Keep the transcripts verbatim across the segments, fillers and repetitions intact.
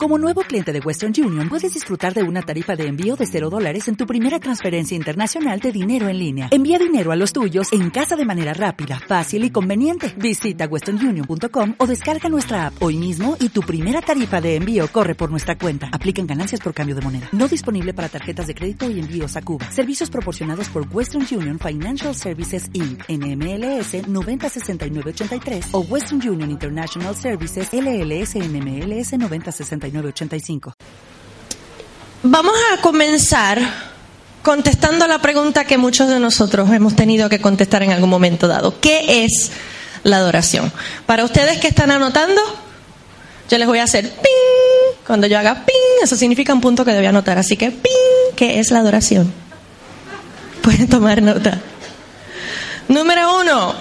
Como nuevo cliente de Western Union, puedes disfrutar de una tarifa de envío de cero dólares en tu primera transferencia internacional de dinero en línea. Envía dinero a los tuyos en casa de manera rápida, fácil y conveniente. Visita western union punto com o descarga nuestra app hoy mismo y tu primera tarifa de envío corre por nuestra cuenta. Aplican ganancias por cambio de moneda. No disponible para tarjetas de crédito y envíos a Cuba. Servicios proporcionados por Western Union Financial Services incorporated. N M L S noventa sesenta y nueve ochenta y tres o Western Union International Services L L S N M L S noventa sesenta y nueve ochenta y cinco. Vamos a comenzar contestando la pregunta que muchos de nosotros hemos tenido que contestar en algún momento dado. ¿Qué es la adoración? Para ustedes que están anotando, yo les voy a hacer ping. Cuando yo haga ping, eso significa un punto que debo anotar. Así que ping, ¿qué es la adoración? Pueden tomar nota. Número uno.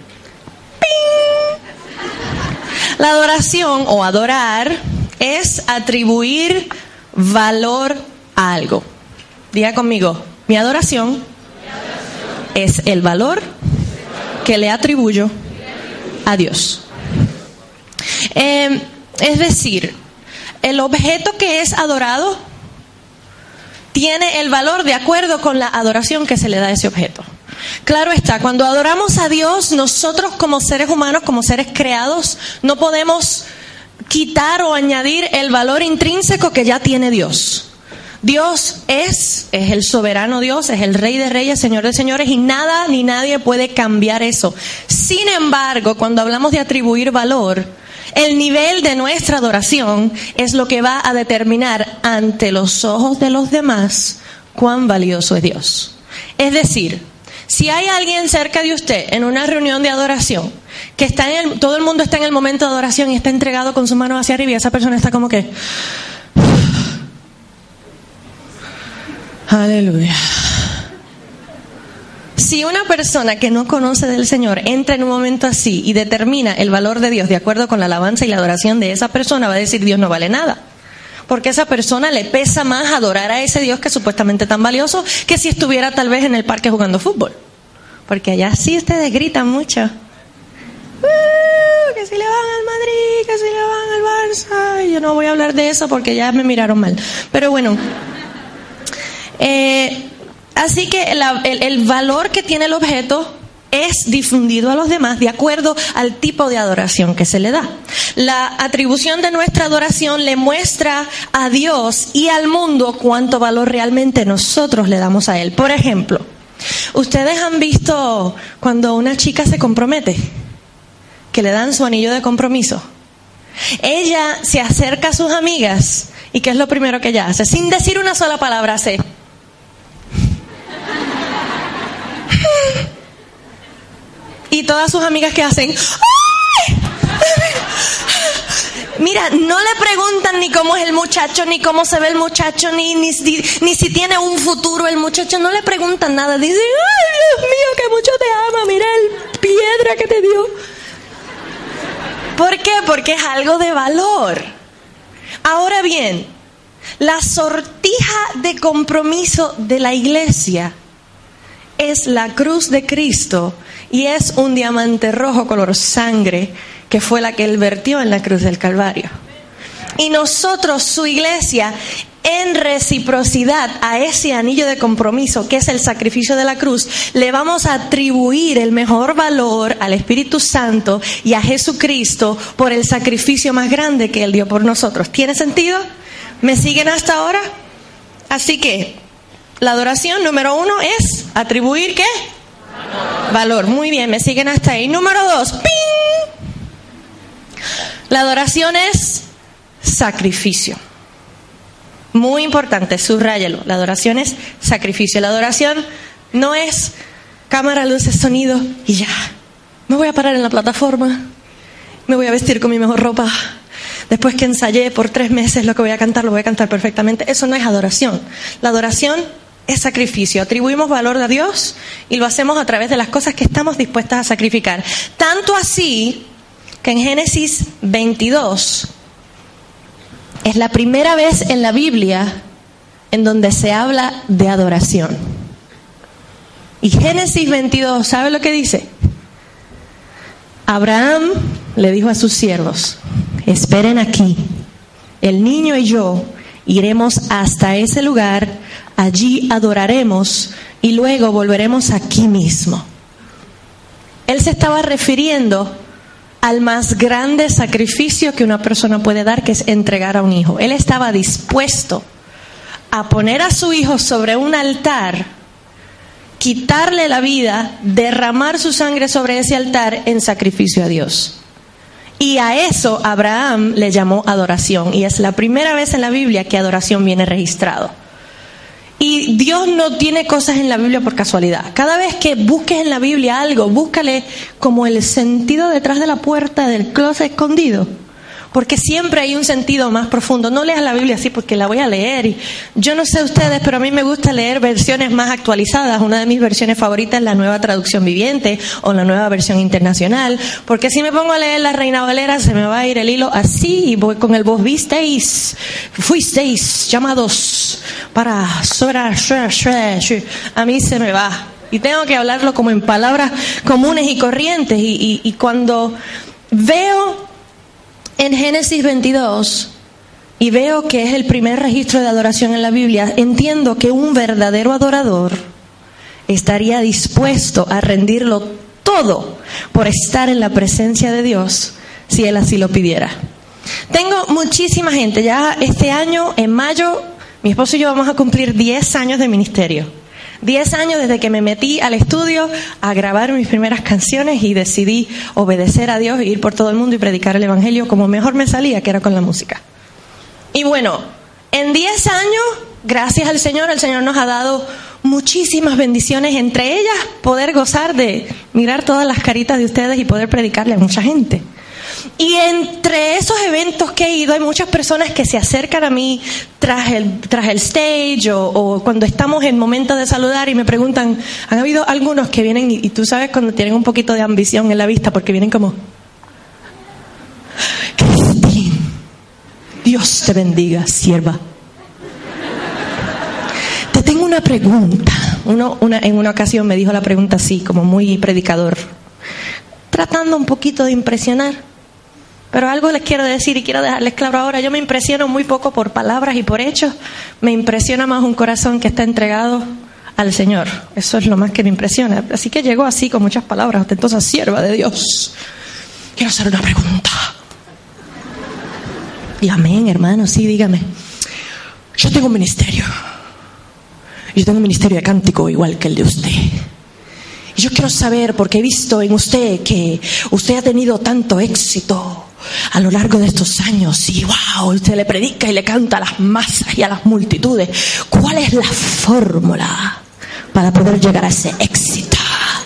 Ping. La adoración o adorar es atribuir valor a algo. Diga conmigo, mi adoración, mi adoración es el valor que le atribuyo a Dios. Eh, es decir, el objeto que es adorado tiene el valor de acuerdo con la adoración que se le da a ese objeto. Claro está, cuando adoramos a Dios, nosotros como seres humanos, como seres creados, no podemos quitar o añadir el valor intrínseco que ya tiene Dios. Dios es, es el soberano Dios, es el Rey de Reyes, Señor de Señores, y nada ni nadie puede cambiar eso. Sin embargo, cuando hablamos de atribuir valor, el nivel de nuestra adoración es lo que va a determinar ante los ojos de los demás cuán valioso es Dios. Es decir, si hay alguien cerca de usted en una reunión de adoración, que está en el, todo el mundo está en el momento de adoración y está entregado con sus manos hacia arriba y esa persona está como que... Aleluya. Si una persona que no conoce del Señor entra en un momento así y determina el valor de Dios de acuerdo con la alabanza y la adoración de esa persona, va a decir Dios no vale nada. Porque a esa persona le pesa más adorar a ese Dios que es supuestamente tan valioso que si estuviera tal vez en el parque jugando fútbol. Porque allá sí ustedes gritan mucho. Uh, que si le van al Madrid, que si le van al Barça. Yo no voy a hablar de eso porque ya me miraron mal. Pero bueno. Eh, así que la, el, el valor que tiene el objeto es difundido a los demás de acuerdo al tipo de adoración que se le da. La atribución de nuestra adoración le muestra a Dios y al mundo cuánto valor realmente nosotros le damos a Él. Por ejemplo, ¿ustedes han visto cuando una chica se compromete? Que le dan su anillo de compromiso. Ella se acerca a sus amigas y ¿qué es lo primero que ella hace? Sin decir una sola palabra hace... Y todas sus amigas que hacen... ¡Ay! Mira, no le preguntan ni cómo es el muchacho, ni cómo se ve el muchacho, ni, ni, ni, ni si tiene un futuro el muchacho. No le preguntan nada. Dicen, ¡ay, Dios mío, que mucho te ama! Mira el piedra que te dio. ¿Por qué? Porque es algo de valor. Ahora bien, la sortija de compromiso de la iglesia es la cruz de Cristo y es un diamante rojo color sangre que fue la que Él vertió en la cruz del Calvario. Y nosotros, su iglesia, en reciprocidad a ese anillo de compromiso que es el sacrificio de la cruz, le vamos a atribuir el mejor valor al Espíritu Santo y a Jesucristo por el sacrificio más grande que Él dio por nosotros. ¿Tiene sentido? ¿Me siguen hasta ahora? Así que la adoración número uno es atribuir ¿qué? Valor. Valor. Muy bien, me siguen hasta ahí. Número dos, ¡ping! La adoración es sacrificio. Muy importante, subráyelo. La adoración es sacrificio. La adoración no es cámara, luces, sonido y ya. Me voy a parar en la plataforma, me voy a vestir con mi mejor ropa. Después que ensayé por tres meses lo que voy a cantar, lo voy a cantar perfectamente. Eso no es adoración. La adoración es sacrificio. Atribuimos valor a Dios y lo hacemos a través de las cosas que estamos dispuestas a sacrificar. Tanto así que en Génesis veintidós es la primera vez en la Biblia en donde se habla de adoración. Y Génesis veintidós, ¿sabe lo que dice? Abraham le dijo a sus siervos, esperen aquí el niño y yo iremos hasta ese lugar, allí adoraremos y luego volveremos aquí mismo. Él se estaba refiriendo al más grande sacrificio que una persona puede dar, que es entregar a un hijo. Él estaba dispuesto a poner a su hijo sobre un altar, quitarle la vida, derramar su sangre sobre ese altar en sacrificio a Dios. Y a eso Abraham le llamó adoración, y es la primera vez en la Biblia que adoración viene registrado. Y Dios no tiene cosas en la Biblia por casualidad. Cada vez que busques en la Biblia algo, búscale como el sentido detrás de la puerta del closet escondido. Porque siempre hay un sentido más profundo. No leas la Biblia así porque la voy a leer. Y yo no sé ustedes, pero a mí me gusta leer versiones más actualizadas. Una de mis versiones favoritas es la Nueva Traducción Viviente o la Nueva Versión Internacional. Porque si me pongo a leer la Reina Valera se me va a ir el hilo así y voy con el vos visteis, fuisteis llamados para... A mí se me va. Y tengo que hablarlo como en palabras comunes y corrientes. Y, y, y cuando veo en Génesis veintidós y veo que es el primer registro de adoración en la Biblia, entiendo que un verdadero adorador estaría dispuesto a rendirlo todo por estar en la presencia de Dios si él así lo pidiera. Tengo muchísima gente. Ya este año, en mayo, mi esposo y yo vamos a cumplir diez años de ministerio. Diez años desde que me metí al estudio a grabar mis primeras canciones y decidí obedecer a Dios e ir por todo el mundo y predicar el evangelio como mejor me salía, que era con la música. Y bueno, en diez años, gracias al Señor, el Señor nos ha dado muchísimas bendiciones, entre ellas poder gozar de mirar todas las caritas de ustedes y poder predicarle a mucha gente. Y entre esos eventos que he ido hay muchas personas que se acercan a mí tras el, tras el stage o, o cuando estamos en momento de saludar y me preguntan, han habido algunos que vienen y, y tú sabes cuando tienen un poquito de ambición en la vista porque vienen como, Cristín, Dios te bendiga, sierva. Te tengo una pregunta. Uno, una, en una ocasión me dijo la pregunta así, como muy predicador, tratando un poquito de impresionar. Pero algo les quiero decir y quiero dejarles claro ahora. Yo me impresiono muy poco por palabras y por hechos. Me impresiona más un corazón que está entregado al Señor. Eso es lo más que me impresiona. Así que llegó así con muchas palabras. Ostentosa sierva de Dios, quiero hacer una pregunta. Y amén, hermano, sí, dígame. Yo tengo un ministerio. Yo tengo un ministerio de cántico igual que el de usted. Y yo quiero saber, porque he visto en usted que usted ha tenido tanto éxito a lo largo de estos años y wow, usted le predica y le canta a las masas y a las multitudes. ¿Cuál es la fórmula para poder llegar a ese éxito?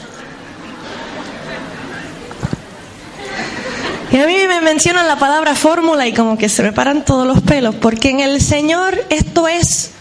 Y a mí me mencionan la palabra fórmula y como que se me paran todos los pelos, porque en el Señor esto es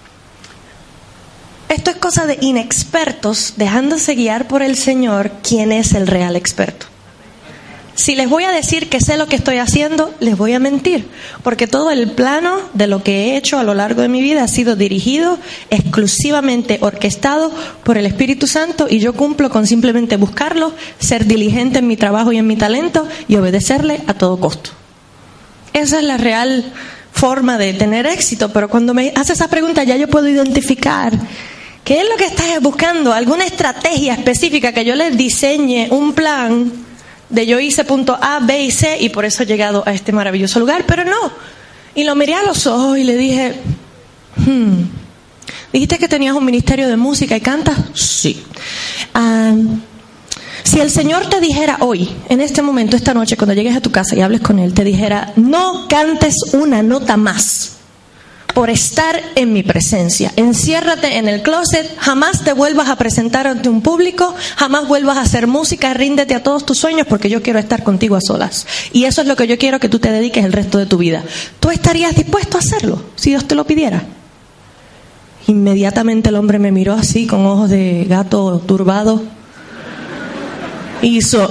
esto es cosa de inexpertos dejándose guiar por el Señor, quien es el real experto. Si les voy a decir que sé lo que estoy haciendo, les voy a mentir, porque todo el plano de lo que he hecho a lo largo de mi vida ha sido dirigido, exclusivamente orquestado por el Espíritu Santo, y yo cumplo con simplemente buscarlo, ser diligente en mi trabajo y en mi talento y obedecerle a todo costo. Esa es la real forma de tener éxito. Pero cuando me hace esa pregunta ya yo puedo identificar qué es lo que estás buscando, alguna estrategia específica que yo les diseñe un plan de yo hice punto A, B y C y por eso he llegado a este maravilloso lugar. Pero no. Y lo miré a los ojos y le dije, hmm, ¿dijiste que tenías un ministerio de música y cantas? Sí. Um, si el Señor te dijera hoy, en este momento, esta noche, cuando llegues a tu casa y hables con Él, te dijera, no cantes una nota más por estar en mi presencia, enciérrate en el closet, jamás te vuelvas a presentar ante un público, jamás vuelvas a hacer música, ríndete a todos tus sueños porque yo quiero estar contigo a solas. Y eso es lo que yo quiero que tú te dediques el resto de tu vida. ¿Tú estarías dispuesto a hacerlo si Dios te lo pidiera? Inmediatamente el hombre me miró así con ojos de gato turbado. Hizo,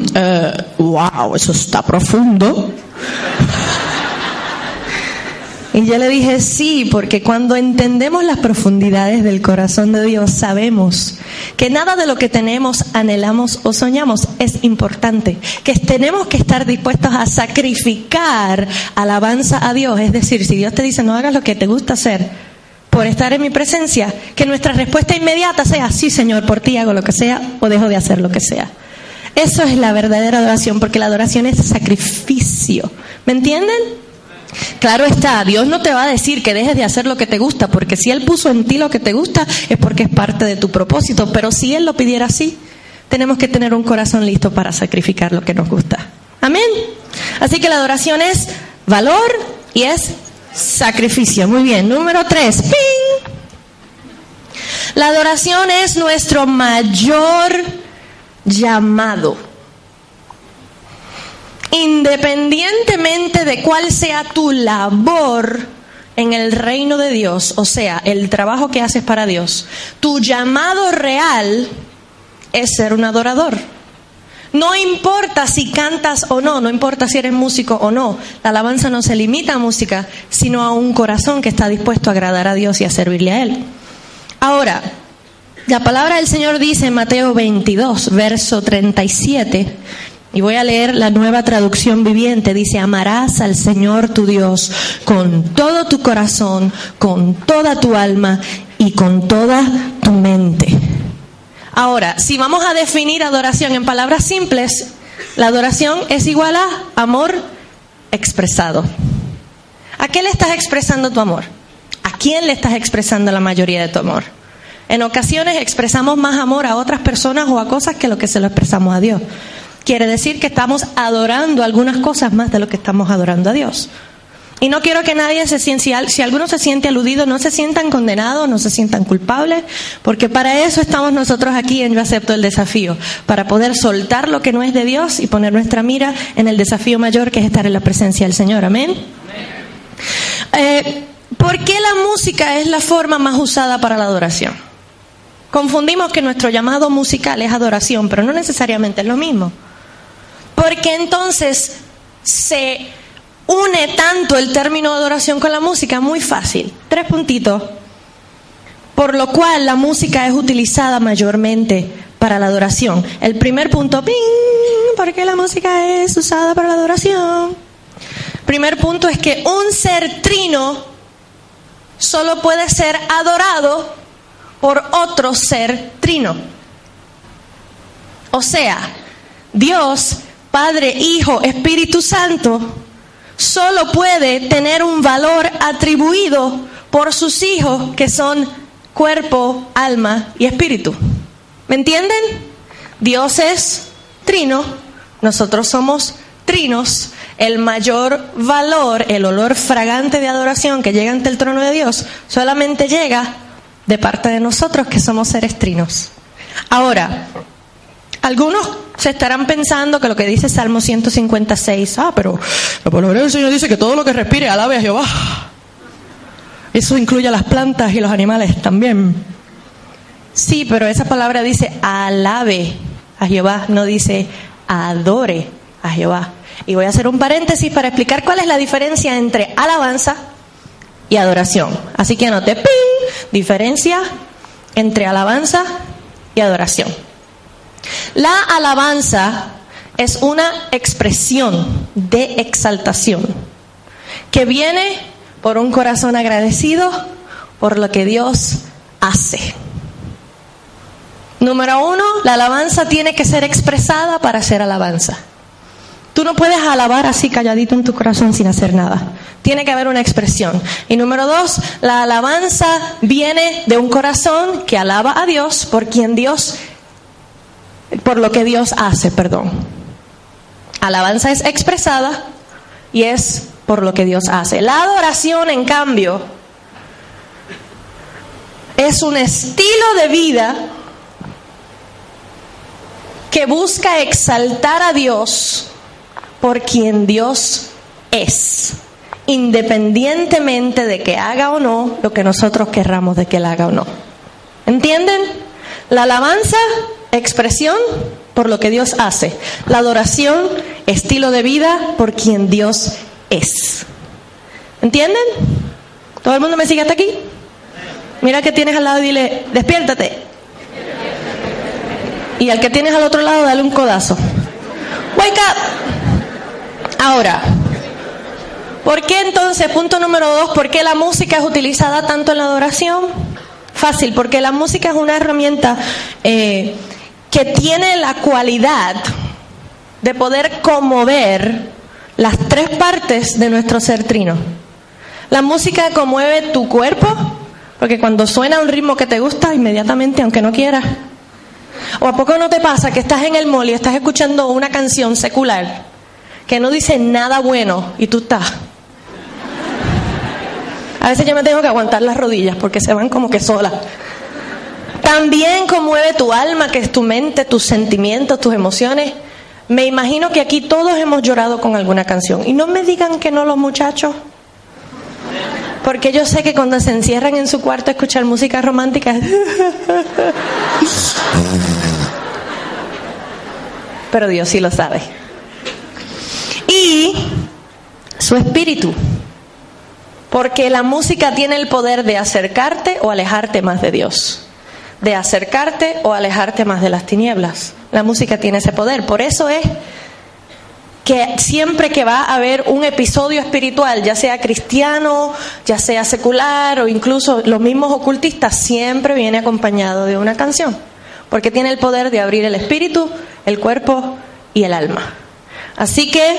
uh, wow, eso está profundo. Y yo le dije, sí, porque cuando entendemos las profundidades del corazón de Dios, sabemos que nada de lo que tenemos, anhelamos o soñamos es importante. Que tenemos que estar dispuestos a sacrificar alabanza a Dios. Es decir, si Dios te dice, no hagas lo que te gusta hacer por estar en mi presencia, que nuestra respuesta inmediata sea, sí, Señor, por ti hago lo que sea o dejo de hacer lo que sea. Eso es la verdadera adoración, porque la adoración es sacrificio. ¿Me entienden? Claro está, Dios no te va a decir que dejes de hacer lo que te gusta, porque si Él puso en ti lo que te gusta es porque es parte de tu propósito, pero si Él lo pidiera así, tenemos que tener un corazón listo para sacrificar lo que nos gusta. Amén. Así que la adoración es valor y es sacrificio. Muy bien, número tres. ¡Ping! La adoración es nuestro mayor llamado. Independientemente de cuál sea tu labor en el reino de Dios, o sea, el trabajo que haces para Dios, tu llamado real es ser un adorador. No importa si cantas o no, no importa si eres músico o no, la alabanza no se limita a música, sino a un corazón que está dispuesto a agradar a Dios y a servirle a Él. Ahora, la palabra del Señor dice en Mateo veintidós, verso treinta y siete, y voy a leer la Nueva Traducción Viviente. Dice, amarás al Señor tu Dios con todo tu corazón, con toda tu alma y con toda tu mente. Ahora, si vamos a definir adoración en palabras simples, la adoración es igual a amor expresado. ¿A qué le estás expresando tu amor? ¿A quién le estás expresando la mayoría de tu amor? En ocasiones expresamos más amor a otras personas o a cosas que lo que se lo expresamos a Dios. Quiere decir que estamos adorando algunas cosas más de lo que estamos adorando a Dios. Y no quiero que nadie se sienta, si, si alguno se siente aludido, no se sientan condenados, no se sientan culpables, porque para eso estamos nosotros aquí en Yo Acepto el Desafío, para poder soltar lo que no es de Dios y poner nuestra mira en el desafío mayor, que es estar en la presencia del Señor. Amén. Eh, ¿Por qué la música es la forma más usada para la adoración? Confundimos que nuestro llamado musical es adoración, pero no necesariamente es lo mismo. Porque entonces se une tanto el término adoración con la música. Muy fácil. Tres puntitos. Por lo cual la música es utilizada mayormente para la adoración. El primer punto, ¡ping! ¿Por qué la música es usada para la adoración? Primer punto es que un ser trino solo puede ser adorado por otro ser trino. O sea, Dios, Padre, Hijo, Espíritu Santo, solo puede tener un valor atribuido por sus hijos, que son cuerpo, alma y espíritu. ¿Me entienden? Dios es trino, nosotros somos trinos. El mayor valor, el olor fragante de adoración que llega ante el trono de Dios, solamente llega de parte de nosotros, que somos seres trinos. Ahora, algunos se estarán pensando que lo que dice Salmo ciento cincuenta y seis, ah, pero la palabra del Señor dice que todo lo que respire alabe a Jehová. Eso incluye a las plantas y los animales también. Sí, pero esa palabra dice alabe a Jehová, no dice adore a Jehová. Y voy a hacer un paréntesis para explicar cuál es la diferencia entre alabanza y adoración. Así que anote, ¡ping! Diferencia entre alabanza y adoración. La alabanza es una expresión de exaltación que viene por un corazón agradecido por lo que Dios hace. Número uno, la alabanza tiene que ser expresada para ser alabanza. Tú no puedes alabar así calladito en tu corazón sin hacer nada. Tiene que haber una expresión. Y número dos, la alabanza viene de un corazón que alaba a Dios por quien Dios, por lo que Dios hace, perdón. Alabanza es expresada y es por lo que Dios hace. La adoración, en cambio, es un estilo de vida que busca exaltar a Dios por quien Dios es, independientemente de que haga o no lo que nosotros querramos de que Él haga o no. ¿Entienden? La alabanza, expresión por lo que Dios hace. La adoración, estilo de vida por quien Dios es. ¿Entienden? ¿Todo el mundo me sigue hasta aquí? Mira que tienes al lado y dile, despiértate. Y al que tienes al otro lado, dale un codazo. Wake up. Ahora, ¿por qué entonces, punto número dos, por qué la música es utilizada tanto en la adoración? Fácil, porque la música es una herramienta eh, que tiene la cualidad de poder conmover las tres partes de nuestro ser trino. La música conmueve tu cuerpo, porque cuando suena un ritmo que te gusta, inmediatamente, aunque no quieras. ¿O a poco no te pasa que estás en el mall y estás escuchando una canción secular que no dice nada bueno y tú estás? A veces yo me tengo que aguantar las rodillas porque se van como que solas. También conmueve tu alma, que es tu mente, tus sentimientos, tus emociones. Me imagino que aquí todos hemos llorado con alguna canción. Y no me digan que no los muchachos. Porque yo sé que cuando se encierran en su cuarto a escuchar música romántica... Pero Dios sí lo sabe. Y su espíritu. Porque la música tiene el poder de acercarte o alejarte más de Dios. De acercarte o alejarte más de las tinieblas. La música tiene ese poder. Por eso es que siempre que va a haber un episodio espiritual, ya sea cristiano, ya sea secular o incluso los mismos ocultistas, siempre viene acompañado de una canción. Porque tiene el poder de abrir el espíritu, el cuerpo y el alma. Así que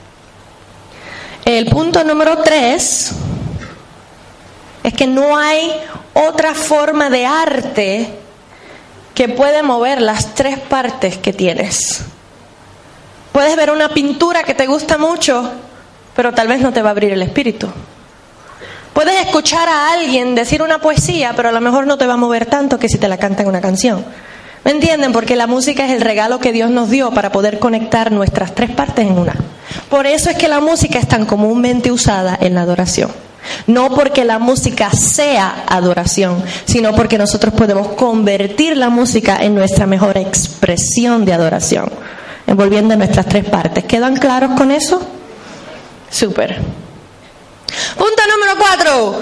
el punto número tres es que no hay otra forma de arte que puede mover las tres partes que tienes. Puedes ver una pintura que te gusta mucho, pero tal vez no te va a abrir el espíritu. Puedes escuchar a alguien decir una poesía, pero a lo mejor no te va a mover tanto que si te la cantan una canción. ¿Me entienden? Porque la música es el regalo que Dios nos dio para poder conectar nuestras tres partes en una. Por eso es que la música es tan comúnmente usada en la adoración. No porque la música sea adoración, sino porque nosotros podemos convertir la música en nuestra mejor expresión de adoración, envolviendo nuestras tres partes. ¿Quedan claros con eso? Súper. Punto número cuatro.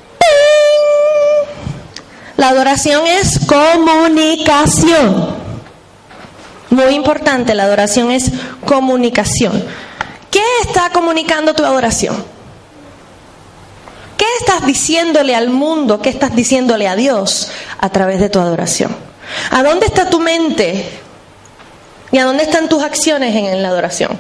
La adoración es comunicación. Muy importante, la adoración es comunicación. ¿Qué está comunicando tu adoración? ¿Qué estás diciéndole al mundo? ¿Qué estás diciéndole a Dios a través de tu adoración? ¿A dónde está tu mente? ¿Y a dónde están tus acciones en, en la adoración?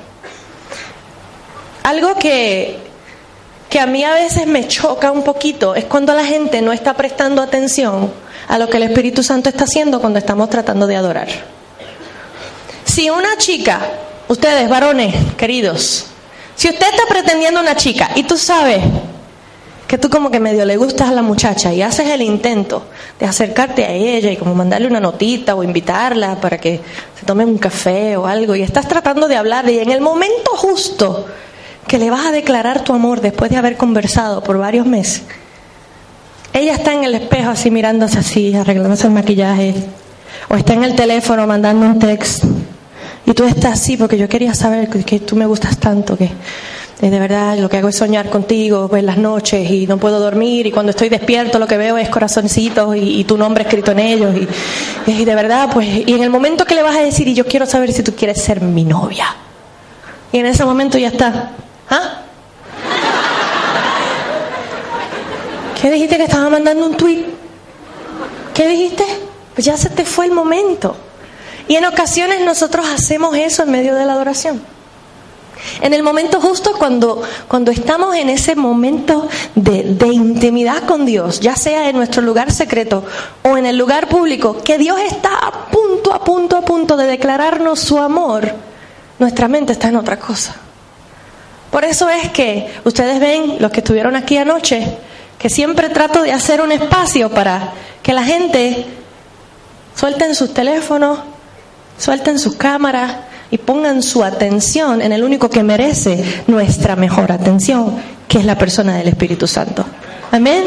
Algo que, que a mí a veces me choca un poquito es cuando la gente no está prestando atención a lo que el Espíritu Santo está haciendo cuando estamos tratando de adorar. Si una chica, ustedes varones queridos, si usted está pretendiendo una chica y tú sabes que tú como que medio le gustas a la muchacha y haces el intento de acercarte a ella y como mandarle una notita o invitarla para que se tome un café o algo y estás tratando de hablarle y en el momento justo que le vas a declarar tu amor después de haber conversado por varios meses, ella está en el espejo así mirándose así, arreglándose el maquillaje, o está en el teléfono mandando un text y tú estás así porque yo quería saber que, que tú me gustas tanto, que de verdad lo que hago es soñar contigo pues, las noches y no puedo dormir y cuando estoy despierto lo que veo es corazoncitos y, y tu nombre escrito en ellos y, y de verdad pues y en el momento que le vas a decir y yo quiero saber si tú quieres ser mi novia y en ese momento ya está. ¿Ah? ¿Qué dijiste que estaba mandando un tweet? ¿Qué dijiste? Pues ya se te fue el momento. Y en ocasiones nosotros hacemos eso en medio de la adoración. En el momento justo cuando, cuando estamos en ese momento de, de intimidad con Dios, ya sea en nuestro lugar secreto o en el lugar público, que Dios está a punto, a punto, a punto de declararnos su amor, nuestra mente está en otra cosa. Por eso es que ustedes ven, los que estuvieron aquí anoche, que siempre trato de hacer un espacio para que la gente suelten sus teléfonos, suelten sus cámaras y pongan su atención en el único que merece nuestra mejor atención, que es la persona del Espíritu Santo. Amén.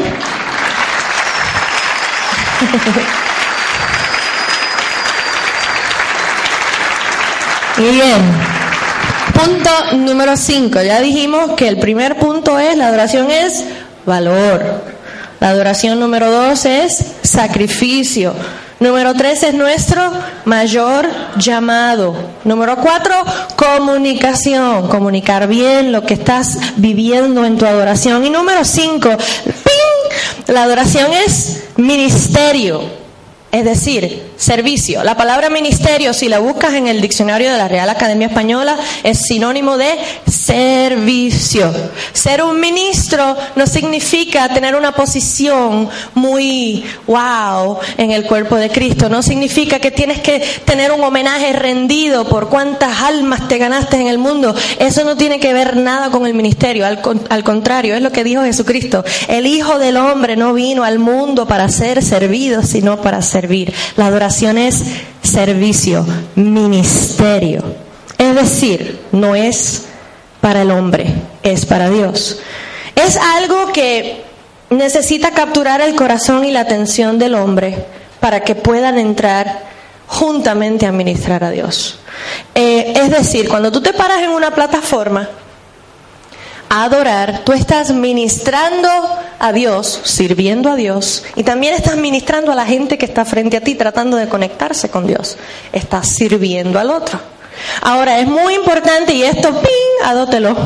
Muy bien. Punto número cinco. Ya dijimos que el primer punto es, la adoración es valor. La adoración número dos es sacrificio. Número tres es nuestro mayor llamado. Número cuatro, comunicación. Comunicar bien lo que estás viviendo en tu adoración. Y número cinco, ¡ping! La adoración es ministerio. Es decir, servicio. La palabra ministerio, si la buscas en el diccionario de la Real Academia Española, es sinónimo de servicio. Ser un ministro no significa tener una posición muy wow en el cuerpo de Cristo. No significa que tienes que tener un homenaje rendido por cuántas almas te ganaste en el mundo. Eso no tiene que ver nada con el ministerio. Al, al contrario, es lo que dijo Jesucristo. El Hijo del Hombre no vino al mundo para ser servido, sino para servir. La adoración es servicio, ministerio. Es decir, no es para el hombre, es para Dios. Es algo que necesita capturar el corazón y la atención del hombre para que puedan entrar juntamente a ministrar a Dios. Eh, es decir, cuando tú te paras en una plataforma a adorar, tú estás ministrando a Dios, sirviendo a Dios, y también estás ministrando a la gente que está frente a ti, tratando de conectarse con Dios. Estás sirviendo al otro. Ahora, es muy importante, y esto, ¡ping!, adótelo.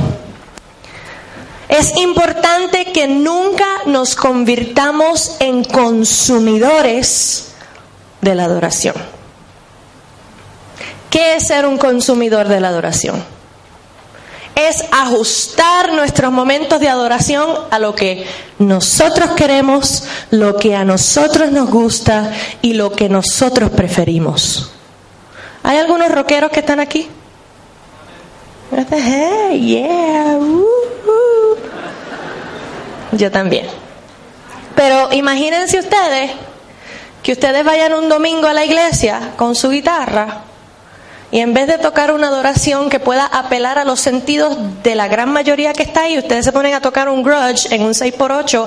Es importante que nunca nos convirtamos en consumidores de la adoración. ¿Qué es ser un consumidor de la adoración? Es ajustar nuestros momentos de adoración a lo que nosotros queremos, lo que a nosotros nos gusta y lo que nosotros preferimos. ¿Hay algunos rockeros que están aquí? Hey, yeah, uh, uh. Yo también. Pero imagínense ustedes que ustedes vayan un domingo a la iglesia con su guitarra y en vez de tocar una adoración que pueda apelar a los sentidos de la gran mayoría que está ahí, ustedes se ponen a tocar un grudge en un seis por ocho.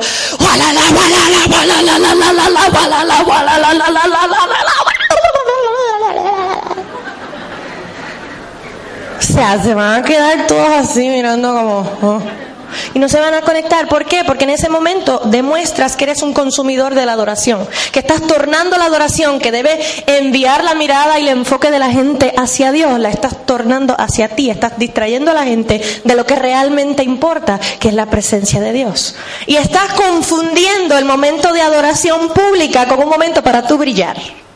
O sea, se van a quedar todos así mirando como... Oh. Y no se van a conectar. ¿Por qué? Porque en ese momento demuestras que eres un consumidor de la adoración, que estás tornando la adoración que debe enviar la mirada y el enfoque de la gente hacia Dios, la estás tornando hacia ti, estás distrayendo a la gente de lo que realmente importa, que es la presencia de Dios. Y estás confundiendo el momento de adoración pública con un momento para tú brillar.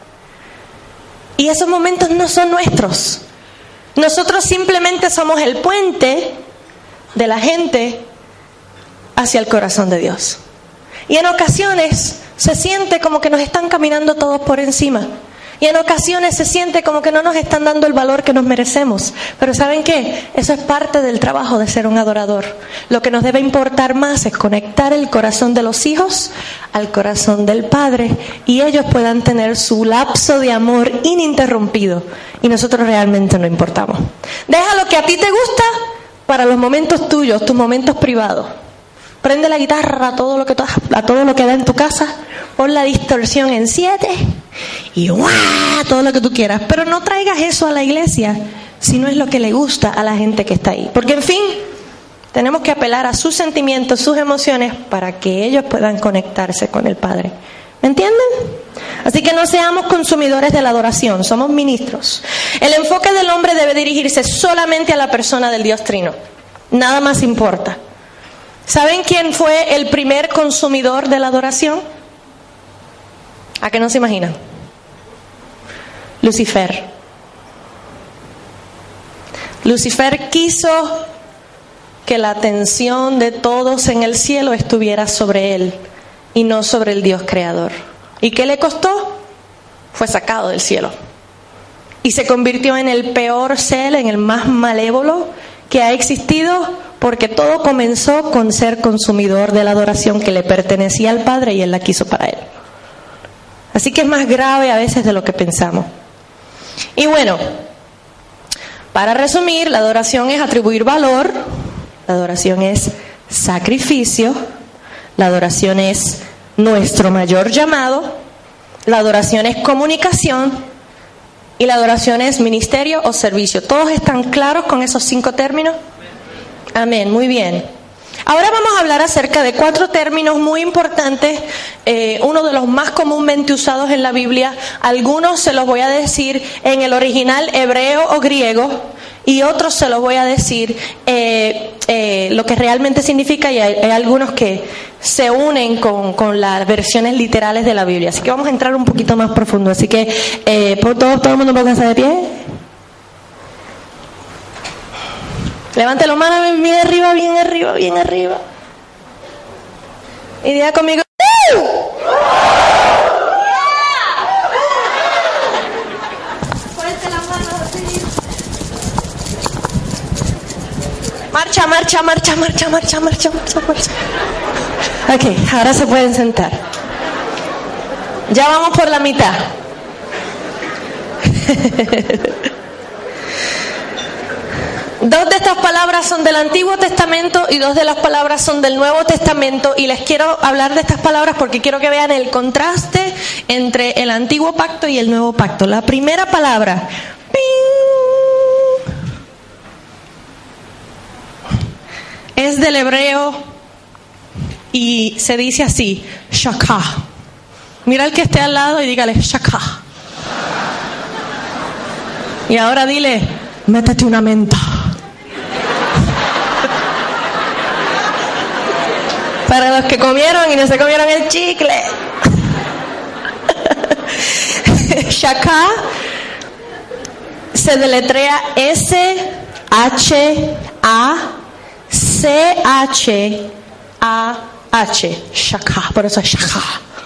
Y esos momentos no son nuestros. Nosotros simplemente somos el puente de la gente hacia el corazón de Dios. Y en ocasiones se siente como que nos están caminando todos por encima. Y en ocasiones se siente como que no nos están dando el valor que nos merecemos. Pero ¿saben qué? Eso es parte del trabajo de ser un adorador. Lo que nos debe importar más es conectar el corazón de los hijos al corazón del Padre, y ellos puedan tener su lapso de amor ininterrumpido, y nosotros realmente no importamos. Deja lo que a ti te gusta para los momentos tuyos, tus momentos privados. Prende la guitarra a todo lo que a todo lo que da en tu casa, pon la distorsión en siete y ¡guau! Todo lo que tú quieras. Pero no traigas eso a la iglesia si no es lo que le gusta a la gente que está ahí. Porque en fin, tenemos que apelar a sus sentimientos, sus emociones, para que ellos puedan conectarse con el Padre. ¿Me entienden? Así que no seamos consumidores de la adoración, somos ministros. El enfoque del hombre debe dirigirse solamente a la persona del Dios Trino. Nada más importa. ¿Saben quién fue el primer consumidor de la adoración? ¿A qué no se imaginan? Lucifer. Lucifer quiso que la atención de todos en el cielo estuviera sobre él y no sobre el Dios creador. ¿Y qué le costó? Fue sacado del cielo y se convirtió en el peor ser, en el más malévolo que ha existido, porque todo comenzó con ser consumidor de la adoración que le pertenecía al Padre y él la quiso para él. Así que es más grave a veces de lo que pensamos. Y bueno, para resumir, la adoración es atribuir valor, la adoración es sacrificio, la adoración es nuestro mayor llamado, la adoración es comunicación y la adoración es ministerio o servicio. ¿Todos están claros con esos cinco términos? Amén, muy bien. Ahora vamos a hablar acerca de cuatro términos muy importantes, eh, uno de los más comúnmente usados en la Biblia. Algunos se los voy a decir en el original hebreo o griego y otros se los voy a decir eh, eh, lo que realmente significa, y hay, hay algunos que se unen con, con las versiones literales de la Biblia. Así que vamos a entrar un poquito más profundo. Así que eh, por todo, todo el mundo pónganse de pie. Levante las manos bien arriba, bien arriba, bien arriba. Y diga conmigo. ¡Uh! Fuerte las manos así. Marcha, marcha, marcha, marcha, marcha, marcha, marcha, marcha. Ok, ahora se pueden sentar. Ya vamos por la mitad. Dos de estas palabras son del Antiguo Testamento y dos de las palabras son del Nuevo Testamento, y les quiero hablar de estas palabras porque quiero que vean el contraste entre el Antiguo Pacto y el Nuevo Pacto. La primera palabra, ¡ping!, es del hebreo y se dice así, shaka. Mira al que esté al lado y dígale, shaka. Y ahora dile, métete una menta. Para los que comieron y no se comieron el chicle. Shaka se deletrea S H A C H A H. Shaka, por eso es Shaka.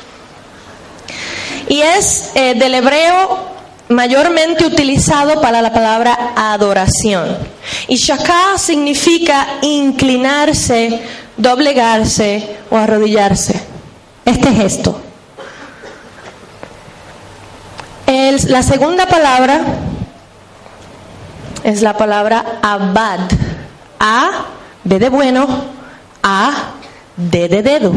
Y es eh, del hebreo mayormente utilizado para la palabra adoración. Y Shaka significa inclinarse, doblegarse o arrodillarse. Este es esto. El, la segunda palabra es la palabra abad. A, B de bueno, A, D de dedo.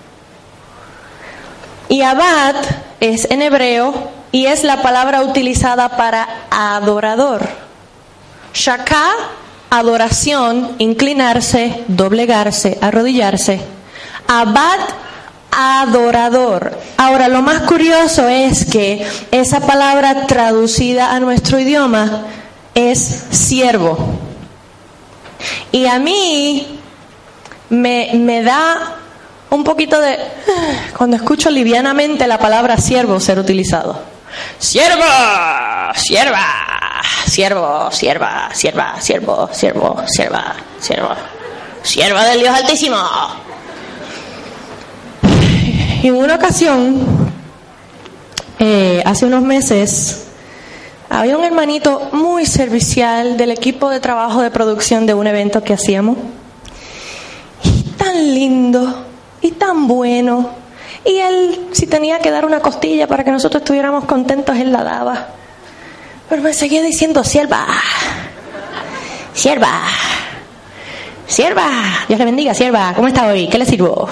Y abad es en hebreo y es la palabra utilizada para adorador. Shaka, adoración, inclinarse, doblegarse, arrodillarse. Abad, adorador. Ahora, lo más curioso es que esa palabra traducida a nuestro idioma es siervo. Y a mí me, me da un poquito de... cuando escucho livianamente la palabra siervo ser utilizado. Sierva, sierva, siervo, sierva, sierva, siervo, siervo, sierva, siervo, sierva del Dios Altísimo. Y en una ocasión, eh, hace unos meses, había un hermanito muy servicial del equipo de trabajo de producción de un evento que hacíamos. Y tan lindo, y tan bueno. Y él, si tenía que dar una costilla para que nosotros estuviéramos contentos, él la daba. Pero me seguía diciendo, sierva, sierva, sierva, Dios le bendiga, sierva, ¿cómo está hoy? ¿Qué le sirvo?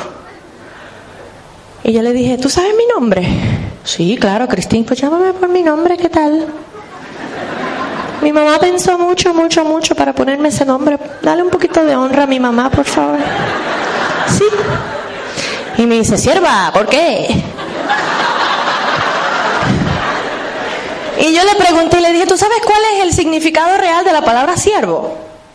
Y yo le dije, ¿tú sabes mi nombre? Sí, claro, Cristín, pues llámame por mi nombre, ¿qué tal? Mi mamá pensó mucho, mucho, mucho para ponerme ese nombre. Dale un poquito de honra a mi mamá, por favor. Sí. Y me dice, sierva, ¿por qué? Y yo le pregunté y le dije, ¿tú sabes cuál es el significado real de la palabra siervo?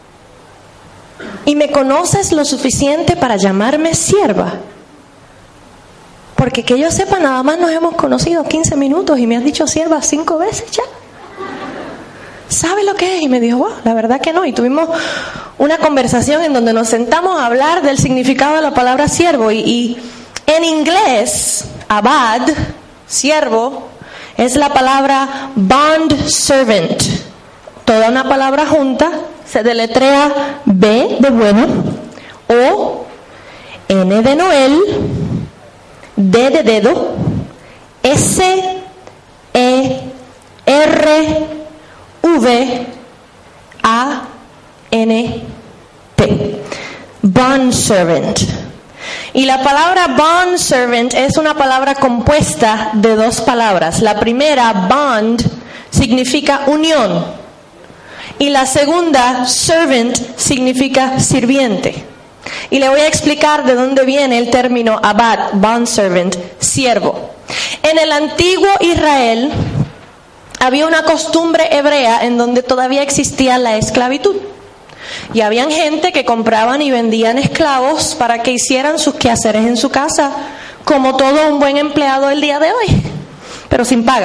¿Y me conoces lo suficiente para llamarme sierva? Porque que yo sepa, nada más nos hemos conocido quince minutos y me has dicho sierva cinco veces ya. ¿Sabe lo que es? Y me dijo, wow, la verdad que no. Y tuvimos una conversación en donde nos sentamos a hablar del significado de la palabra siervo. Y, y en inglés, abad, siervo, es la palabra bond servant. Toda una palabra junta se deletrea B de bueno, O, N de Noel, D de dedo, S, E, R, V, A, N, T. Bond servant. Y la palabra bond servant es una palabra compuesta de dos palabras. La primera, bond, significa unión. Y la segunda, servant, significa sirviente. Y le voy a explicar de dónde viene el término abad, bondservant, siervo. En el antiguo Israel había una costumbre hebrea en donde todavía existía la esclavitud. Y habían gente que compraban y vendían esclavos para que hicieran sus quehaceres en su casa, como todo un buen empleado el día de hoy, pero sin paga.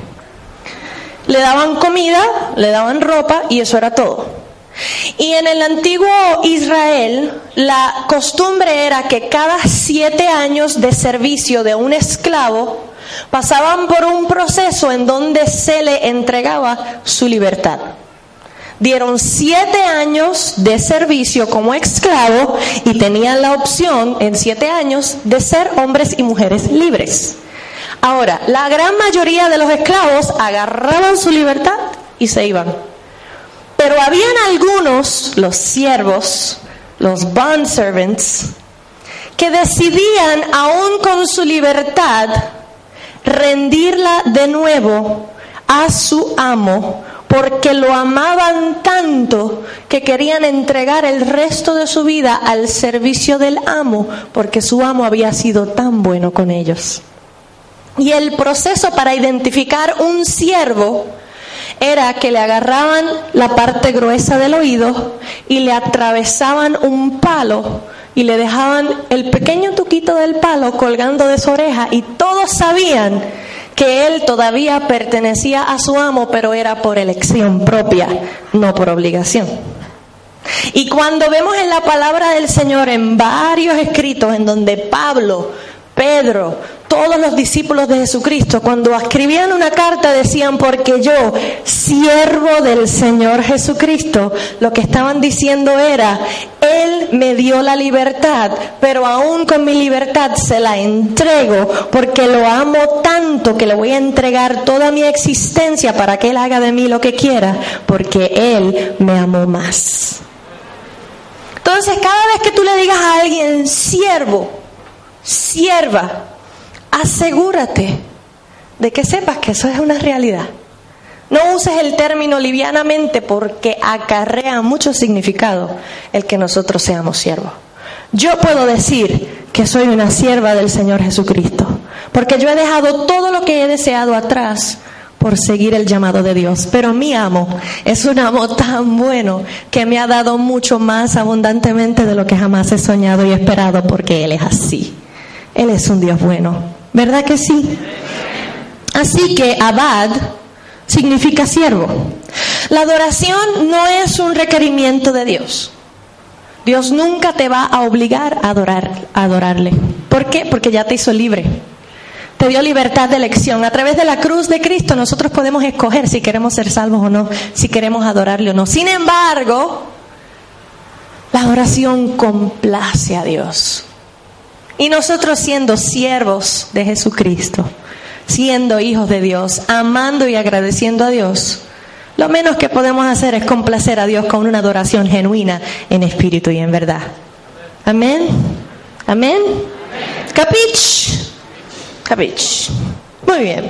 Le daban comida, le daban ropa y eso era todo. Y en el antiguo Israel, la costumbre era que cada siete años de servicio de un esclavo pasaban por un proceso en donde se le entregaba su libertad. Dieron siete años de servicio como esclavo y tenían la opción en siete años de ser hombres y mujeres libres. Ahora, la gran mayoría de los esclavos agarraban su libertad y se iban. Pero habían algunos, los siervos, los bondservants, que decidían, aún con su libertad, rendirla de nuevo a su amo, porque lo amaban tanto que querían entregar el resto de su vida al servicio del amo, porque su amo había sido tan bueno con ellos. Y el proceso para identificar un siervo era que le agarraban la parte gruesa del oído y le atravesaban un palo y le dejaban el pequeño tuquito del palo colgando de su oreja, y todos sabían que él todavía pertenecía a su amo, pero era por elección propia, no por obligación. Y cuando vemos en la palabra del Señor en varios escritos en donde Pablo, Pedro, todos los discípulos de Jesucristo, cuando escribían una carta decían: porque yo, siervo del Señor Jesucristo, lo que estaban diciendo era: Él me dio la libertad, pero aún con mi libertad se la entrego, porque lo amo tanto que le voy a entregar toda mi existencia para que Él haga de mí lo que quiera, porque Él me amó más. Entonces, cada vez que tú le digas a alguien siervo, sierva, asegúrate de que sepas que eso es una realidad. No uses el término livianamente, porque acarrea mucho significado el que nosotros seamos siervos. Yo puedo decir que soy una sierva del Señor Jesucristo, porque yo he dejado todo lo que he deseado atrás por seguir el llamado de Dios. Pero mi amo es un amo tan bueno que me ha dado mucho más abundantemente de lo que jamás he soñado y esperado, porque Él es así. Él es un Dios bueno, ¿verdad que sí? Así que abad significa siervo. La adoración no es un requerimiento de Dios. Dios nunca te va a obligar a adorar, a adorarle. ¿Por qué? Porque ya te hizo libre. Te dio libertad de elección. A través de la cruz de Cristo nosotros podemos escoger si queremos ser salvos o no, si queremos adorarle o no. Sin embargo, la adoración complace a Dios. Y nosotros, siendo siervos de Jesucristo, siendo hijos de Dios, amando y agradeciendo a Dios, lo menos que podemos hacer es complacer a Dios con una adoración genuina en espíritu y en verdad. Amén. Amén. ¿Capich? Capich. Muy bien.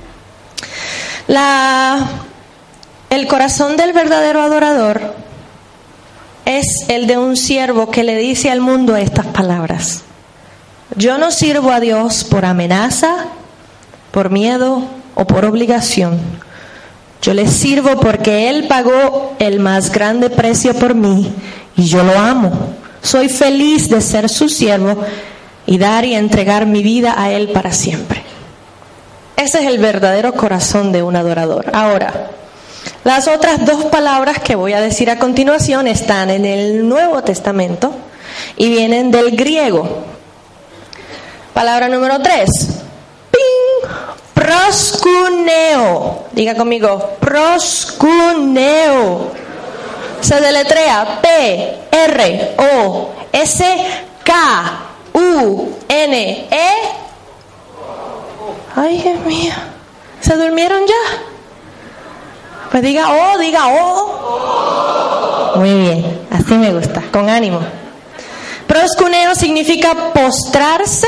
La, el corazón del verdadero adorador es el de un siervo que le dice al mundo estas palabras: yo no sirvo a Dios por amenaza, por miedo o por obligación. Yo le sirvo porque Él pagó el más grande precio por mí y yo lo amo. Soy feliz de ser su siervo y dar y entregar mi vida a Él para siempre. Ese es el verdadero corazón de un adorador. Ahora, las otras dos palabras que voy a decir a continuación están en el Nuevo Testamento y vienen del griego. Palabra número tres. ¡Ping! Proskuneo. Diga conmigo, proskuneo. Se deletrea P R O S K U N E. Ay, Dios mío. ¿Se durmieron ya? Pues diga O, diga O. Muy bien, así me gusta, con ánimo. Proskuneo significa postrarse,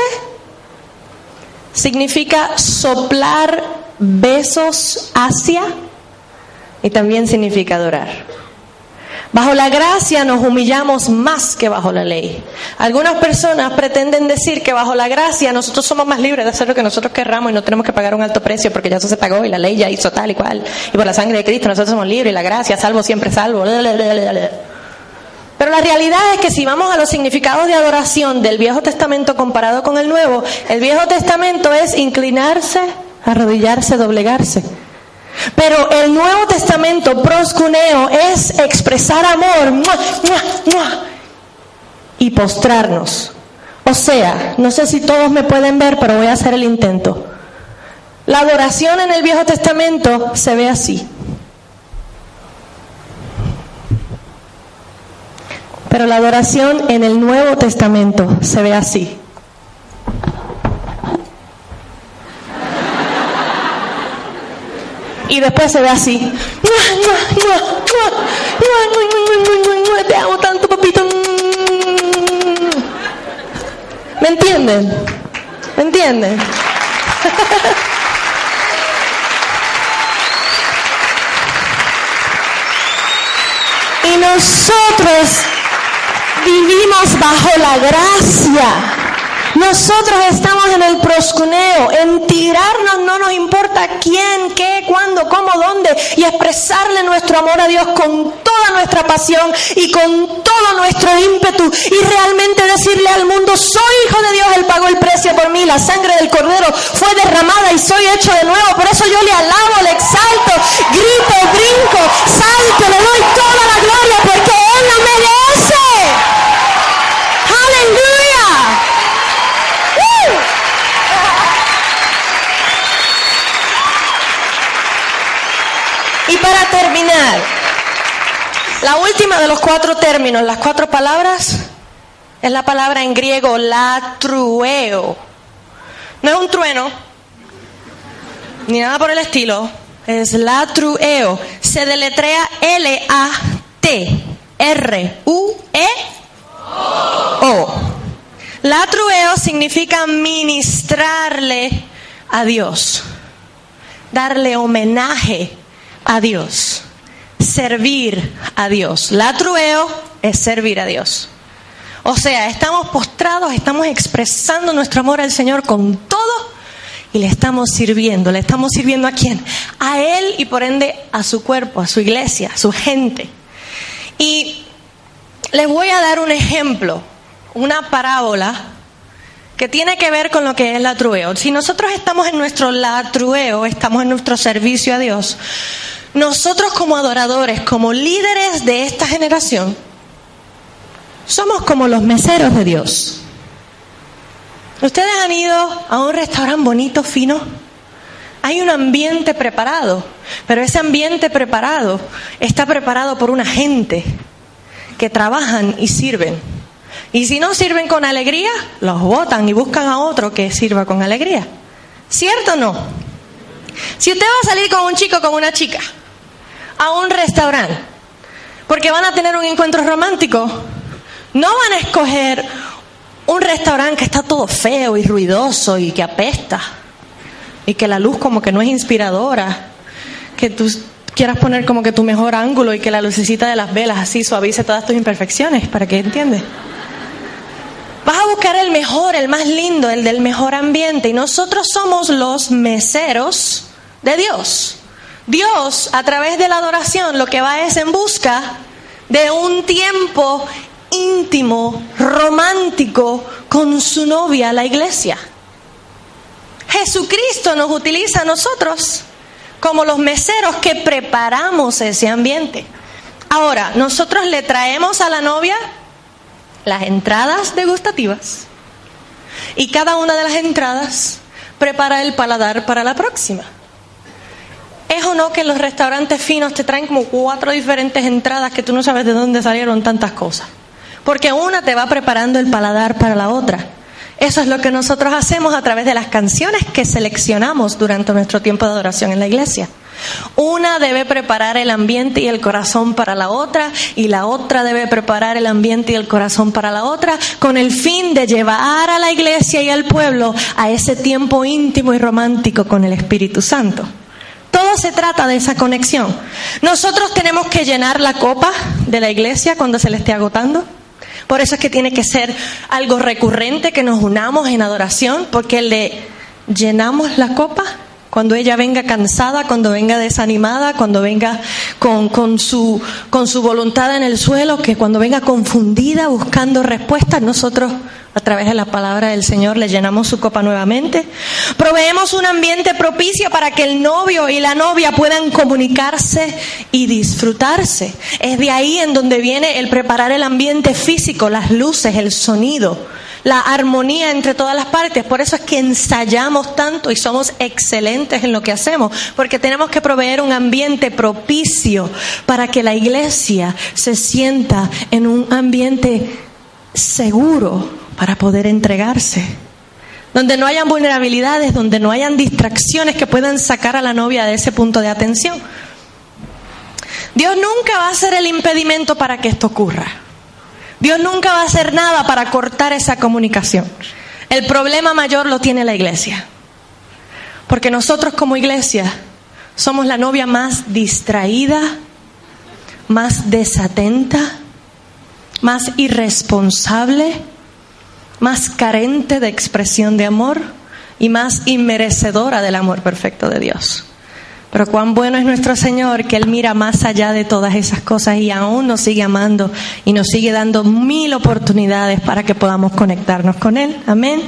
significa soplar besos hacia, y también significa adorar. Bajo la gracia nos humillamos más que bajo la ley. Algunas personas pretenden decir que bajo la gracia nosotros somos más libres de hacer lo que nosotros querramos y no tenemos que pagar un alto precio porque ya eso se pagó y la ley ya hizo tal y cual. Y por la sangre de Cristo nosotros somos libres y la gracia, salvo siempre salvo. Pero la realidad es que si vamos a los significados de adoración del Viejo Testamento comparado con el Nuevo, el Viejo Testamento es inclinarse, arrodillarse, doblegarse. Pero el Nuevo Testamento, proskuneo, es expresar amor ¡mua, mua, mua! Y postrarnos. O sea, no sé si todos me pueden ver, pero voy a hacer el intento. La adoración en el Viejo Testamento se ve así. Pero la adoración en el Nuevo Testamento se ve así. Y después se ve así. Te amo tanto, papito. ¿Me entienden? ¿Me entienden? Y nosotros vivimos bajo la gracia. Nosotros estamos en el proskuneo, en tirarnos, no nos importa quién, qué, cuándo, cómo, dónde, y expresarle nuestro amor a Dios con toda nuestra pasión y con todo nuestro ímpetu, y realmente decirle al mundo: soy hijo de Dios, Él pagó el precio por mí, la sangre del Cordero fue derramada y soy hecho de nuevo, por eso yo le alabo, le exalto, grito, brinco, salto, le doy toda la gloria porque Él la merece. ¡Aleluya! Y para terminar, la última de los cuatro términos, las cuatro palabras, es la palabra en griego latrueo. No es un trueno, ni nada por el estilo, es latrueo. Se deletrea L A T R U E O. Latrueo significa ministrarle a Dios, darle homenaje a Dios, servir a Dios. Latrueo es servir a Dios. O sea, estamos postrados, estamos expresando nuestro amor al Señor con todo y le estamos sirviendo. ¿Le estamos sirviendo a quién? A Él y por ende a su cuerpo, a su iglesia, a su gente. Y les voy a dar un ejemplo, una parábola que tiene que ver con lo que es latrueo. Si nosotros estamos en nuestro latrueo, estamos en nuestro servicio a Dios, nosotros como adoradores, como líderes de esta generación, somos como los meseros de Dios. ¿Ustedes han ido a un restaurante bonito, fino? Hay un ambiente preparado, pero ese ambiente preparado está preparado por una gente que trabajan y sirven. Y si no sirven con alegría, los botan y buscan a otro que sirva con alegría. ¿Cierto o no? Si usted va a salir con un chico o con una chica a un restaurante porque van a tener un encuentro romántico, no van a escoger un restaurante que está todo feo y ruidoso y que apesta y que la luz como que no es inspiradora, que tú quieras poner como que tu mejor ángulo y que la lucecita de las velas así suavice todas tus imperfecciones, para que entiendas. Vas a buscar el mejor, el más lindo, el del mejor ambiente. Y nosotros somos los meseros de Dios. Dios, a través de la adoración, lo que va es en busca de un tiempo íntimo, romántico, con su novia, la iglesia. Jesucristo nos utiliza a nosotros como los meseros que preparamos ese ambiente. Ahora, nosotros le traemos a la novia las entradas degustativas y cada una de las entradas prepara el paladar para la próxima. ¿Es o no que los restaurantes finos te traen como cuatro diferentes entradas que tú no sabes de dónde salieron tantas cosas? Porque una te va preparando el paladar para la otra. Eso es lo que nosotros hacemos a través de las canciones que seleccionamos durante nuestro tiempo de adoración en la iglesia. Una debe preparar el ambiente y el corazón para la otra, y la otra debe preparar el ambiente y el corazón para la otra, con el fin de llevar a la iglesia y al pueblo a ese tiempo íntimo y romántico con el Espíritu Santo. Todo se trata de esa conexión. Nosotros tenemos que llenar la copa de la iglesia cuando se le esté agotando. Por eso es que tiene que ser algo recurrente, que nos unamos en adoración, porque le llenamos la copa cuando ella venga cansada, cuando venga desanimada, cuando venga con, con, su, con su voluntad en el suelo, que cuando venga confundida buscando respuestas, nosotros a través de la palabra del Señor le llenamos su copa nuevamente. Proveemos un ambiente propicio para que el novio y la novia puedan comunicarse y disfrutarse. Es de ahí en donde viene el preparar el ambiente físico, las luces, el sonido, la armonía entre todas las partes. Por eso es que ensayamos tanto y somos excelentes en lo que hacemos, porque tenemos que proveer un ambiente propicio para que la iglesia se sienta en un ambiente seguro para poder entregarse, donde no hayan vulnerabilidades, donde no hayan distracciones que puedan sacar a la novia de ese punto de atención. Dios nunca va a ser el impedimento para que esto ocurra. Dios nunca va a hacer nada para cortar esa comunicación. El problema mayor lo tiene la iglesia, porque nosotros como iglesia somos la novia más distraída, más desatenta, más irresponsable, más carente de expresión de amor y más inmerecedora del amor perfecto de Dios. Pero cuán bueno es nuestro Señor, que Él mira más allá de todas esas cosas y aún nos sigue amando y nos sigue dando mil oportunidades para que podamos conectarnos con Él. Amén.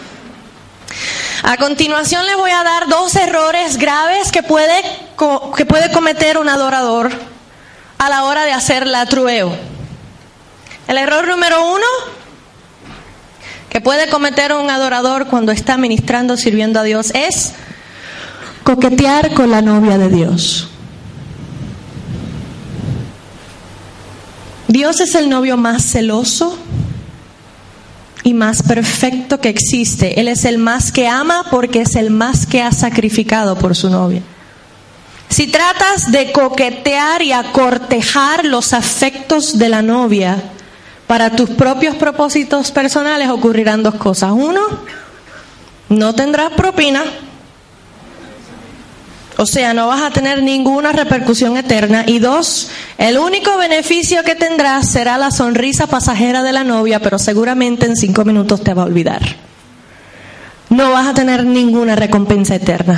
A continuación les voy a dar dos errores graves que puede, que puede cometer un adorador a la hora de hacer la trueo. El error número uno que puede cometer un adorador cuando está ministrando, sirviendo a Dios, es coquetear con la novia de Dios. Dios es el novio más celoso y más perfecto que existe. Él es el más que ama porque es el más que ha sacrificado por su novia. Si tratas de coquetear y acortejar los afectos de la novia para tus propios propósitos personales, ocurrirán dos cosas. Uno, no tendrás propina. O sea, no vas a tener ninguna repercusión eterna. Y dos, el único beneficio que tendrás será la sonrisa pasajera de la novia, pero seguramente en cinco minutos te va a olvidar. No vas a tener ninguna recompensa eterna.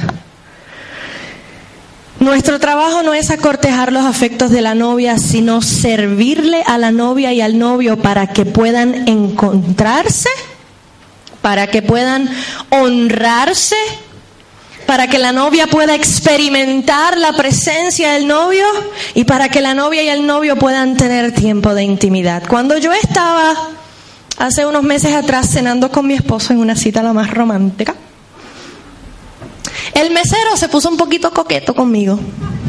Nuestro trabajo no es acortejar los afectos de la novia, sino servirle a la novia y al novio para que puedan encontrarse, para que puedan honrarse, para que la novia pueda experimentar la presencia del novio y para que la novia y el novio puedan tener tiempo de intimidad. Cuando yo estaba hace unos meses atrás cenando con mi esposo en una cita la más romántica, el mesero se puso un poquito coqueto conmigo,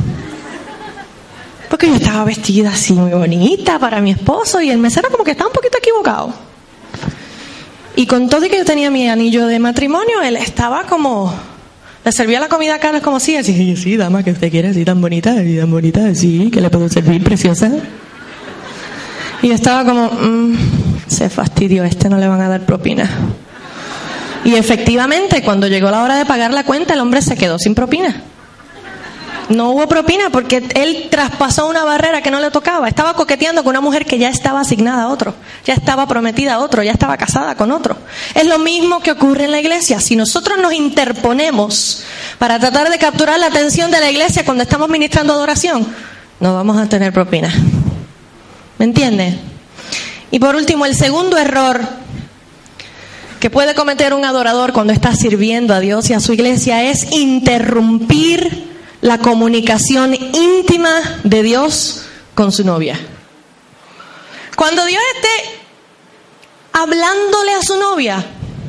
porque yo estaba vestida así muy bonita para mi esposo y el mesero como que estaba un poquito equivocado. Y con todo y que yo tenía mi anillo de matrimonio, él estaba como... Le servía la comida a Carlos como así, así, sí, dama, que usted quiere, así tan bonita, así tan bonita, sí, que le puedo servir, preciosa. Y yo estaba como, mmm, se fastidió, este no le van a dar propina. Y efectivamente, cuando llegó la hora de pagar la cuenta, el hombre se quedó sin propina. No hubo propina porque él traspasó una barrera que no le tocaba. Estaba coqueteando con una mujer que ya estaba asignada a otro, ya estaba prometida a otro, ya estaba casada con otro. Es lo mismo que ocurre en la iglesia. Si nosotros nos interponemos para tratar de capturar la atención de la iglesia cuando estamos ministrando adoración, no vamos a tener propina. ¿Me entiende? Y por último, el segundo error que puede cometer un adorador cuando está sirviendo a Dios y a su iglesia es interrumpir la comunicación íntima de Dios con su novia. Cuando Dios esté hablándole a su novia,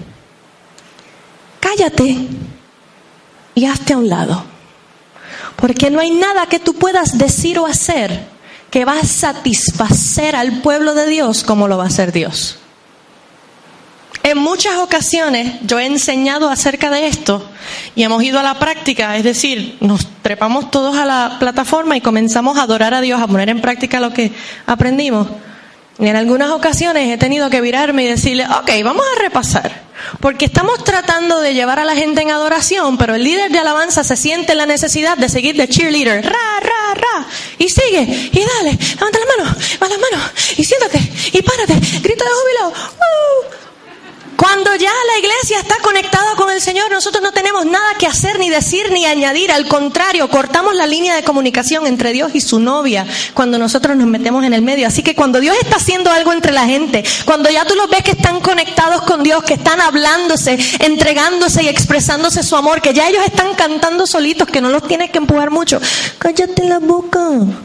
cállate y hazte a un lado, porque no hay nada que tú puedas decir o hacer que va a satisfacer al pueblo de Dios como lo va a hacer Dios. En muchas ocasiones yo he enseñado acerca de esto y hemos ido a la práctica, es decir, nos trepamos todos a la plataforma y comenzamos a adorar a Dios, a poner en práctica lo que aprendimos. Y en algunas ocasiones he tenido que virarme y decirle, ok, vamos a repasar. Porque estamos tratando de llevar a la gente en adoración, pero el líder de alabanza se siente la necesidad de seguir de cheerleader. Ra, ra, ra. Y sigue, y dale, levanta la mano, va la mano, y siéntate, y párate, grita de júbilo. ¡Uh! Cuando ya la iglesia está conectada con el Señor, nosotros no tenemos nada que hacer, ni decir, ni añadir. Al contrario, cortamos la línea de comunicación entre Dios y su novia cuando nosotros nos metemos en el medio. Así que cuando Dios está haciendo algo entre la gente, cuando ya tú los ves que están conectados con Dios, que están hablándose, entregándose y expresándose su amor, que ya ellos están cantando solitos, que no los tienes que empujar mucho. Cállate la boca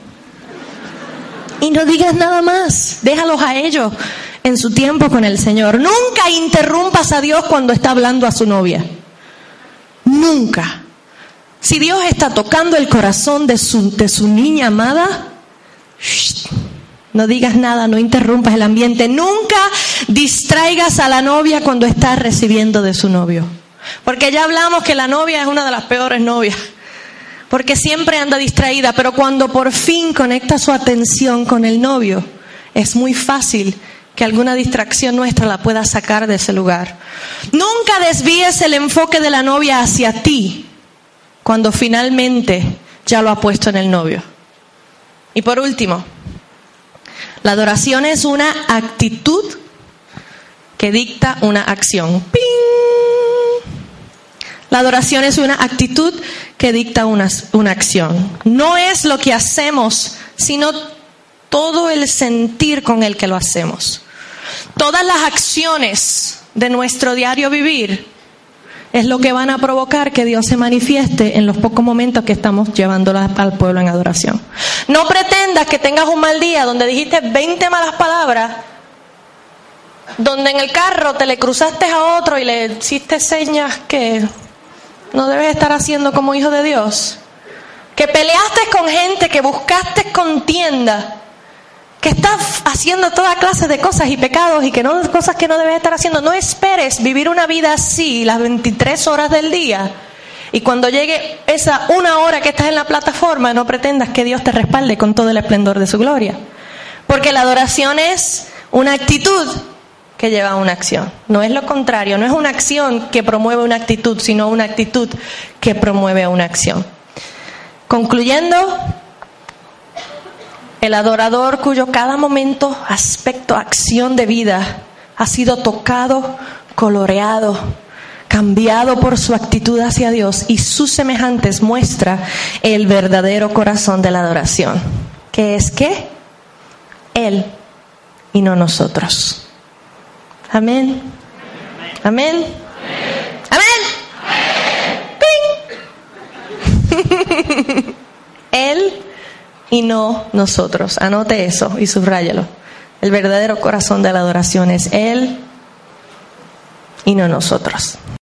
y no digas nada más. Déjalos a ellos en su tiempo con el Señor. Nunca interrumpas a Dios cuando está hablando a su novia. Nunca. Si Dios está tocando el corazón de su, de su niña amada, shh, no digas nada, no interrumpas el ambiente. Nunca distraigas a la novia cuando está recibiendo de su novio. Porque ya hablamos que la novia es una de las peores novias. Porque siempre anda distraída, pero cuando por fin conecta su atención con el novio, es muy fácil que alguna distracción nuestra la pueda sacar de ese lugar. Nunca desvíes el enfoque de la novia hacia ti cuando finalmente ya lo ha puesto en el novio. Y por último, la adoración es una actitud que dicta una acción. ¡Ping! La adoración es una actitud que dicta una, una acción. No es lo que hacemos, sino todo el sentir con el que lo hacemos. Todas las acciones de nuestro diario vivir es lo que van a provocar que Dios se manifieste en los pocos momentos que estamos llevándolo al pueblo en adoración. No pretendas que tengas un mal día donde dijiste veinte malas palabras, donde en el carro te le cruzaste a otro y le hiciste señas que no debes estar haciendo como hijo de Dios, que peleaste con gente, que buscaste contienda, que estás haciendo toda clase de cosas y pecados y que no cosas que no debes estar haciendo. No esperes vivir una vida así las veintitrés horas del día. Y cuando llegue esa una hora que estás en la plataforma, no pretendas que Dios te respalde con todo el esplendor de su gloria. Porque la adoración es una actitud que lleva a una acción. No es lo contrario, no es una acción que promueve una actitud, sino una actitud que promueve una acción. Concluyendo, el adorador cuyo cada momento, aspecto, acción de vida ha sido tocado, coloreado, cambiado por su actitud hacia Dios y sus semejantes, muestra el verdadero corazón de la adoración. ¿Qué es qué? Él y no nosotros. Amén. Amén. Amén. Amén. Él y no nosotros. Anote eso y subráyalo. El verdadero corazón de la adoración es Él y no nosotros.